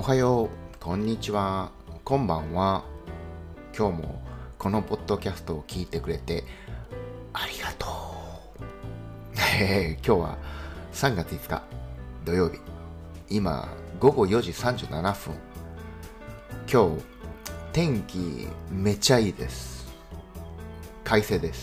はよう、こんにちは、こんばんは。今日もこのポッドキャストを聞いてくれてありがとう。今日は3月5日土曜日。今午後4時37分。今日天気めちゃいいです。快晴です。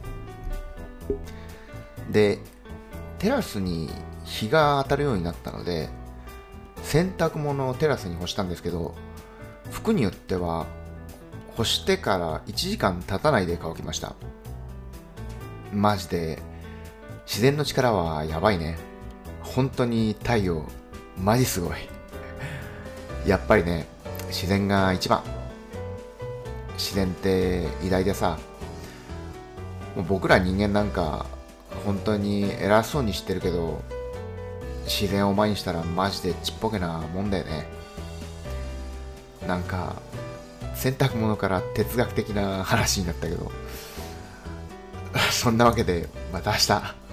で、テラスに日が当たるようになったので、洗濯物をテラスに干したんですけど、服によっては干してから1時間経たないで乾きました。マジで自然の力はやばいね。本当に太陽マジすごい。やっぱりね、自然が一番。自然って偉大でさ、もう僕ら人間なんか本当に偉そうにしてるけど、自然を前にしたらマジでちっぽけなもんだよね。なんか洗濯物から哲学的な話になったけど、そんなわけでまた明日。